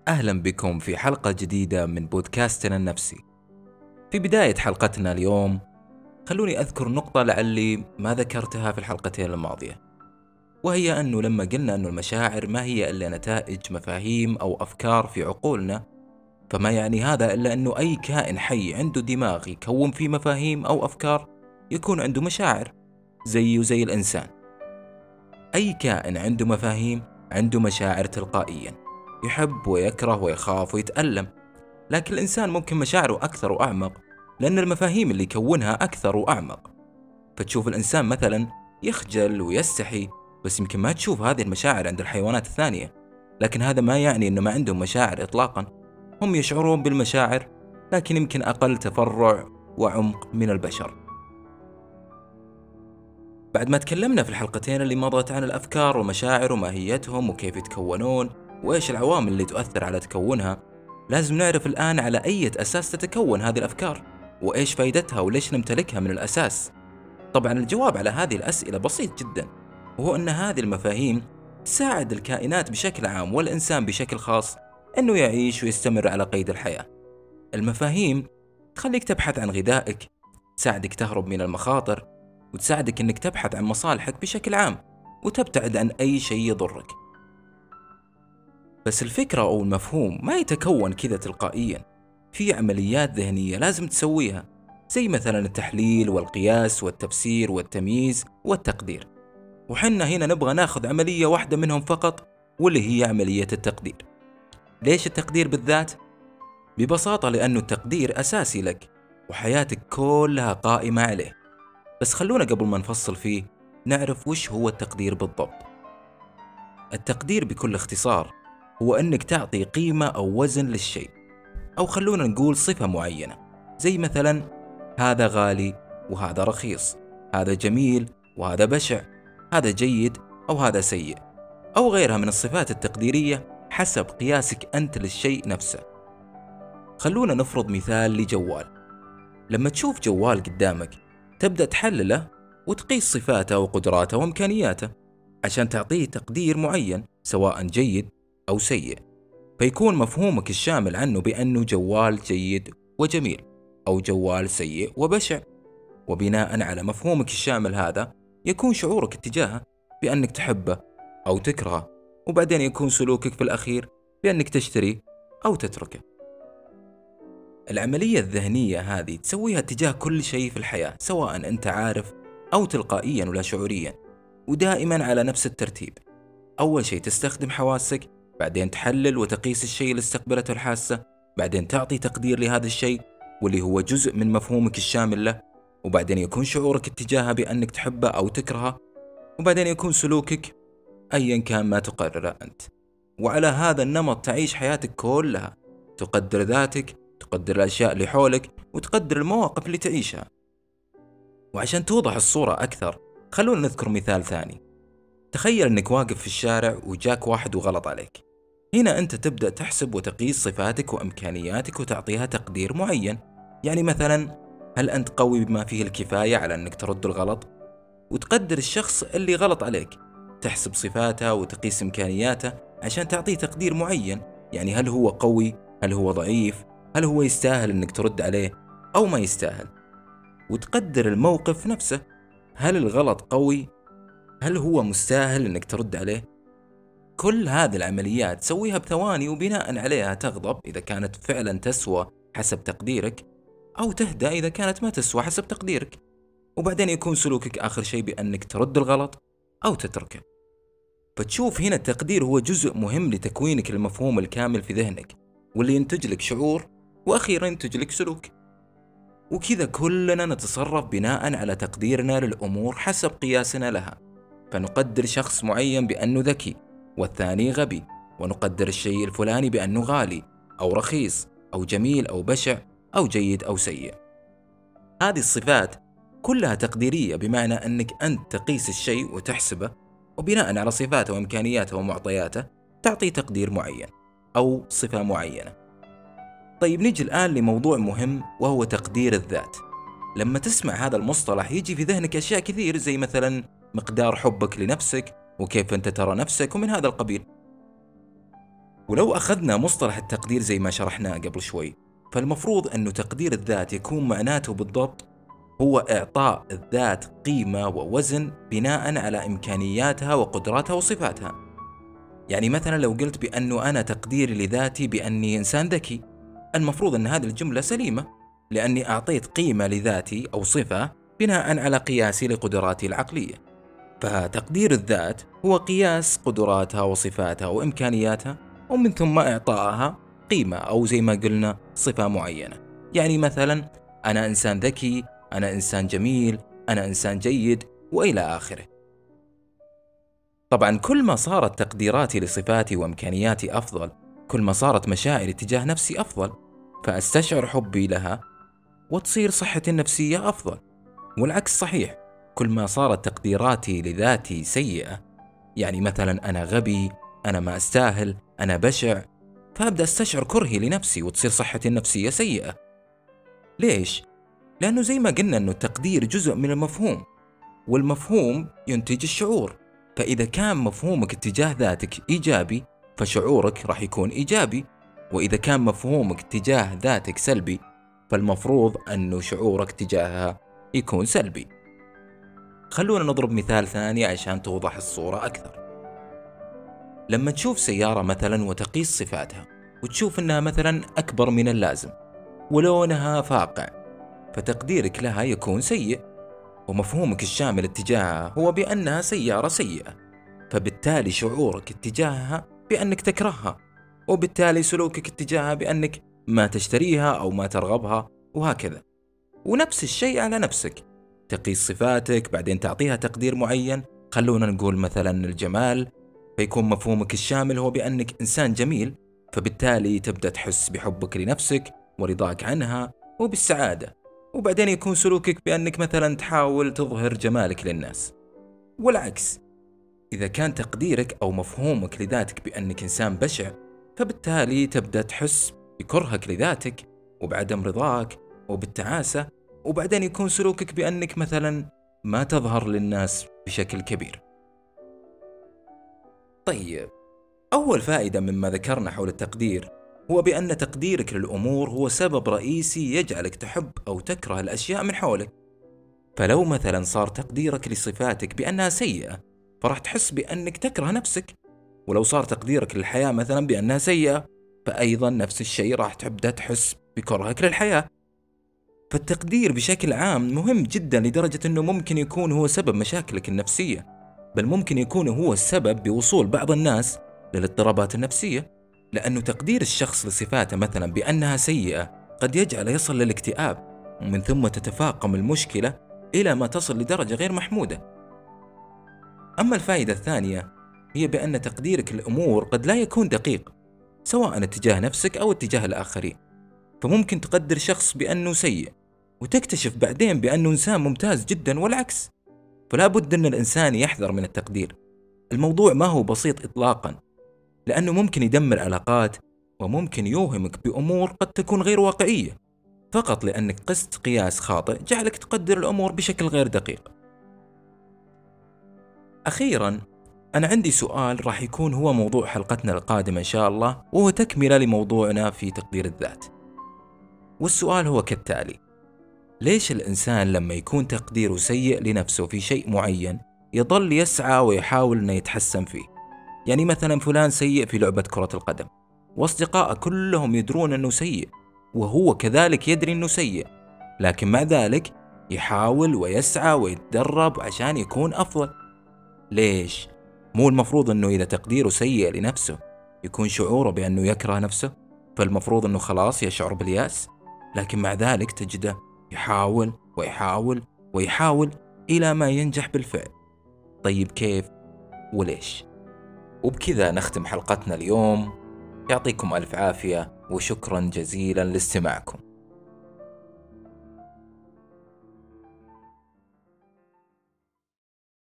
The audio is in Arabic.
أهلا بكم في حلقة جديدة من بودكاستنا النفسي. في بداية حلقتنا اليوم خلوني أذكر نقطة لعلي ما ذكرتها في الحلقتين الماضية، وهي أنه لما قلنا أنه المشاعر ما هي إلا نتائج مفاهيم أو أفكار في عقولنا، فما يعني هذا إلا أنه أي كائن حي عنده دماغ يكون فيه مفاهيم أو أفكار يكون عنده مشاعر زيه وزي الإنسان. أي كائن عنده مفاهيم عنده مشاعر تلقائيا، يحب ويكره ويخاف ويتألم. لكن الإنسان ممكن مشاعره أكثر وأعمق، لأن المفاهيم اللي يكونها أكثر وأعمق. فتشوف الإنسان مثلا يخجل ويستحي، بس يمكن ما تشوف هذه المشاعر عند الحيوانات الثانية. لكن هذا ما يعني أنه ما عندهم مشاعر إطلاقا، هم يشعرون بالمشاعر، لكن يمكن أقل تفرع وعمق من البشر. بعد ما تكلمنا في الحلقتين اللي مضت عن الأفكار والمشاعر وماهيتهم وكيف يتكونون وإيش العوامل اللي تؤثر على تكونها، لازم نعرف الآن على أي أساس تتكون هذه الأفكار، وإيش فائدتها وليش نمتلكها من الأساس. طبعا الجواب على هذه الأسئلة بسيط جدا، وهو أن هذه المفاهيم تساعد الكائنات بشكل عام والإنسان بشكل خاص أنه يعيش ويستمر على قيد الحياة. المفاهيم تخليك تبحث عن غذائك، تساعدك تهرب من المخاطر، وتساعدك أنك تبحث عن مصالحك بشكل عام وتبتعد عن أي شيء يضرك. بس الفكرة أو المفهوم ما يتكون كذا تلقائيا، في عمليات ذهنية لازم تسويها، زي مثلا التحليل والقياس والتفسير والتمييز والتقدير. وحنا هنا نبغى ناخذ عملية واحدة منهم فقط، واللي هي عملية التقدير. ليش التقدير بالذات؟ ببساطة لأنه التقدير أساسي لك، وحياتك كلها قائمة عليه. بس خلونا قبل ما نفصل فيه نعرف وش هو التقدير بالضبط. التقدير بكل اختصار هو أنك تعطي قيمة أو وزن للشيء، أو خلونا نقول صفة معينة، زي مثلا هذا غالي وهذا رخيص، هذا جميل وهذا بشع، هذا جيد أو هذا سيء، أو غيرها من الصفات التقديرية حسب قياسك أنت للشيء نفسه. خلونا نفرض مثال لجوال. لما تشوف جوال قدامك تبدأ تحلله وتقيس صفاته وقدراته وإمكانياته عشان تعطيه تقدير معين، سواء جيد أو سيء. فيكون مفهومك الشامل عنه بأنه جوال جيد وجميل، أو جوال سيء وبشع. وبناء على مفهومك الشامل هذا يكون شعورك اتجاهه بأنك تحبه أو تكرهه، وبعدين يكون سلوكك في الأخير بأنك تشتري أو تتركه. العملية الذهنية هذه تسويها تجاه كل شيء في الحياة، سواء أنت عارف أو تلقائيا ولا شعوريا، ودائما على نفس الترتيب. أول شيء تستخدم حواسك، بعدين تحلل وتقيس الشيء اللي استقبلته الحاسة، بعدين تعطي تقدير لهذا الشيء واللي هو جزء من مفهومك الشامل له، وبعدين يكون شعورك اتجاهه بأنك تحبه أو تكرهه، وبعدين يكون سلوكك أيا كان ما تقرره أنت. وعلى هذا النمط تعيش حياتك كلها، تقدر ذاتك، تقدر الأشياء اللي حولك، وتقدر المواقف اللي تعيشها. وعشان توضح الصورة أكثر خلونا نذكر مثال ثاني. تخيل أنك واقف في الشارع وجاك واحد وغلط عليك. هنا أنت تبدأ تحسب وتقيس صفاتك وإمكانياتك وتعطيها تقدير معين. يعني مثلا هل أنت قوي بما فيه الكفاية على أنك ترد الغلط؟ وتقدر الشخص اللي غلط عليك، تحسب صفاته وتقيس إمكانياته عشان تعطيه تقدير معين. يعني هل هو قوي؟ هل هو ضعيف؟ هل هو يستاهل أنك ترد عليه أو ما يستاهل؟ وتقدر الموقف نفسه، هل الغلط قوي؟ هل هو مستاهل أنك ترد عليه؟ كل هذه العمليات تسويها بثواني، وبناء عليها تغضب إذا كانت فعلا تسوى حسب تقديرك، أو تهدأ إذا كانت ما تسوى حسب تقديرك. وبعدين يكون سلوكك آخر شيء بأنك ترد الغلط أو تتركه. فتشوف هنا التقدير هو جزء مهم لتكوينك المفهوم الكامل في ذهنك، واللي ينتج لك شعور، وأخيرا ينتج لك سلوك. وكذا كلنا نتصرف بناء على تقديرنا للأمور حسب قياسنا لها. فنقدر شخص معين بأنه ذكي والثاني غبي، ونقدر الشيء الفلاني بأنه غالي أو رخيص أو جميل أو بشع أو جيد أو سيء. هذه الصفات كلها تقديرية، بمعنى أنك أنت تقيس الشيء وتحسبه، وبناء على صفاته وإمكانياته ومعطياته تعطي تقدير معين أو صفة معينة. طيب نيجي الآن لموضوع مهم، وهو تقدير الذات. لما تسمع هذا المصطلح يجي في ذهنك أشياء كثير، زي مثلا مقدار حبك لنفسك وكيف أنت ترى نفسك ومن هذا القبيل. ولو أخذنا مصطلح التقدير زي ما شرحناه قبل شوي، فالمفروض أنه تقدير الذات يكون معناته بالضبط هو إعطاء الذات قيمة ووزن بناء على إمكانياتها وقدراتها وصفاتها. يعني مثلا لو قلت بأنه أنا تقديري لذاتي بأني إنسان ذكي، المفروض أن هذه الجملة سليمة، لأني أعطيت قيمة لذاتي أو صفة بناء على قياسي لقدراتي العقلية. فتقدير الذات هو قياس قدراتها وصفاتها وإمكانياتها، ومن ثم إعطائها قيمة أو زي ما قلنا صفة معينة. يعني مثلا أنا إنسان ذكي، أنا إنسان جميل، أنا إنسان جيد، وإلى آخره. طبعا كل ما صارت تقديراتي لصفاتي وإمكانياتي أفضل، كل ما صارت مشاعري تجاه نفسي أفضل، فأستشعر حبي لها وتصير صحتي النفسية أفضل. والعكس صحيح، كل ما صارت تقديراتي لذاتي سيئة، يعني مثلا أنا غبي، أنا ما أستاهل، أنا بشع، فأبدأ أستشعر كرهي لنفسي وتصير صحتي النفسية سيئة. ليش؟ لأنه زي ما قلنا أنه التقدير جزء من المفهوم، والمفهوم ينتج الشعور. فإذا كان مفهومك اتجاه ذاتك إيجابي، فشعورك راح يكون إيجابي. وإذا كان مفهومك تجاه ذاتك سلبي، فالمفروض أنه شعورك تجاهها يكون سلبي. خلونا نضرب مثال ثاني عشان توضح الصورة أكثر. لما تشوف سيارة مثلا وتقيس صفاتها، وتشوف أنها مثلا أكبر من اللازم ولونها فاقع، فتقديرك لها يكون سيء، ومفهومك الشامل اتجاهها هو بأنها سيارة سيئة، فبالتالي شعورك اتجاهها بأنك تكرهها، وبالتالي سلوكك اتجاهها بأنك ما تشتريها أو ما ترغبها، وهكذا. ونفس الشيء على نفسك، تقيس صفاتك بعدين تعطيها تقدير معين، خلونا نقول مثلا الجمال، فيكون مفهومك الشامل هو بأنك إنسان جميل، فبالتالي تبدأ تحس بحبك لنفسك ورضاك عنها وبالسعادة، وبعدين يكون سلوكك بأنك مثلا تحاول تظهر جمالك للناس. والعكس، إذا كان تقديرك أو مفهومك لذاتك بأنك إنسان بشع، فبالتالي تبدأ تحس بكرهك لذاتك وبعدم رضاك وبالتعاسة، وبعدين يكون سلوكك بأنك مثلا ما تظهر للناس بشكل كبير. طيب، أول فائدة مما ذكرنا حول التقدير هو بأن تقديرك للأمور هو سبب رئيسي يجعلك تحب أو تكره الأشياء من حولك. فلو مثلا صار تقديرك لصفاتك بأنها سيئة، فراح تحس بأنك تكره نفسك. ولو صار تقديرك للحياة مثلا بأنها سيئة، فأيضا نفس الشيء راح تبدأ تحس بكرهك للحياة. فالتقدير بشكل عام مهم جدا، لدرجة أنه ممكن يكون هو سبب مشاكلك النفسية، بل ممكن يكون هو السبب بوصول بعض الناس للاضطرابات النفسية. لأنه تقدير الشخص لصفاته مثلا بأنها سيئة قد يجعله يصل للاكتئاب، ومن ثم تتفاقم المشكلة إلى ما تصل لدرجة غير محمودة. أما الفائدة الثانية هي بأن تقديرك للأمور قد لا يكون دقيق، سواء اتجاه نفسك أو اتجاه الآخرين. فممكن تقدر شخص بأنه سيء وتكتشف بعدين بأنه إنسان ممتاز جدا، والعكس. فلا بد أن الإنسان يحذر من التقدير. الموضوع ما هو بسيط إطلاقا، لأنه ممكن يدمر علاقات، وممكن يوهمك بأمور قد تكون غير واقعية، فقط لأنك قست قياس خاطئ جعلك تقدر الأمور بشكل غير دقيق. أخيرا، أنا عندي سؤال راح يكون هو موضوع حلقتنا القادمة إن شاء الله، وهو تكملة لموضوعنا في تقدير الذات. والسؤال هو كالتالي: ليش الإنسان لما يكون تقديره سيء لنفسه في شيء معين يظل يسعى ويحاول أنه يتحسن فيه؟ يعني مثلا فلان سيء في لعبة كرة القدم، وأصدقائه كلهم يدرون أنه سيء، وهو كذلك يدري أنه سيء، لكن مع ذلك يحاول ويسعى ويتدرب عشان يكون أفضل. ليش؟ مو المفروض أنه إذا تقديره سيء لنفسه يكون شعوره بأنه يكره نفسه، فالمفروض أنه خلاص يشعر باليأس؟ لكن مع ذلك تجده يحاول ويحاول ويحاول إلى ما ينجح بالفعل. طيب كيف وليش؟ وبكذا نختم حلقتنا اليوم. يعطيكم ألف عافية، وشكرا جزيلا لاستماعكم.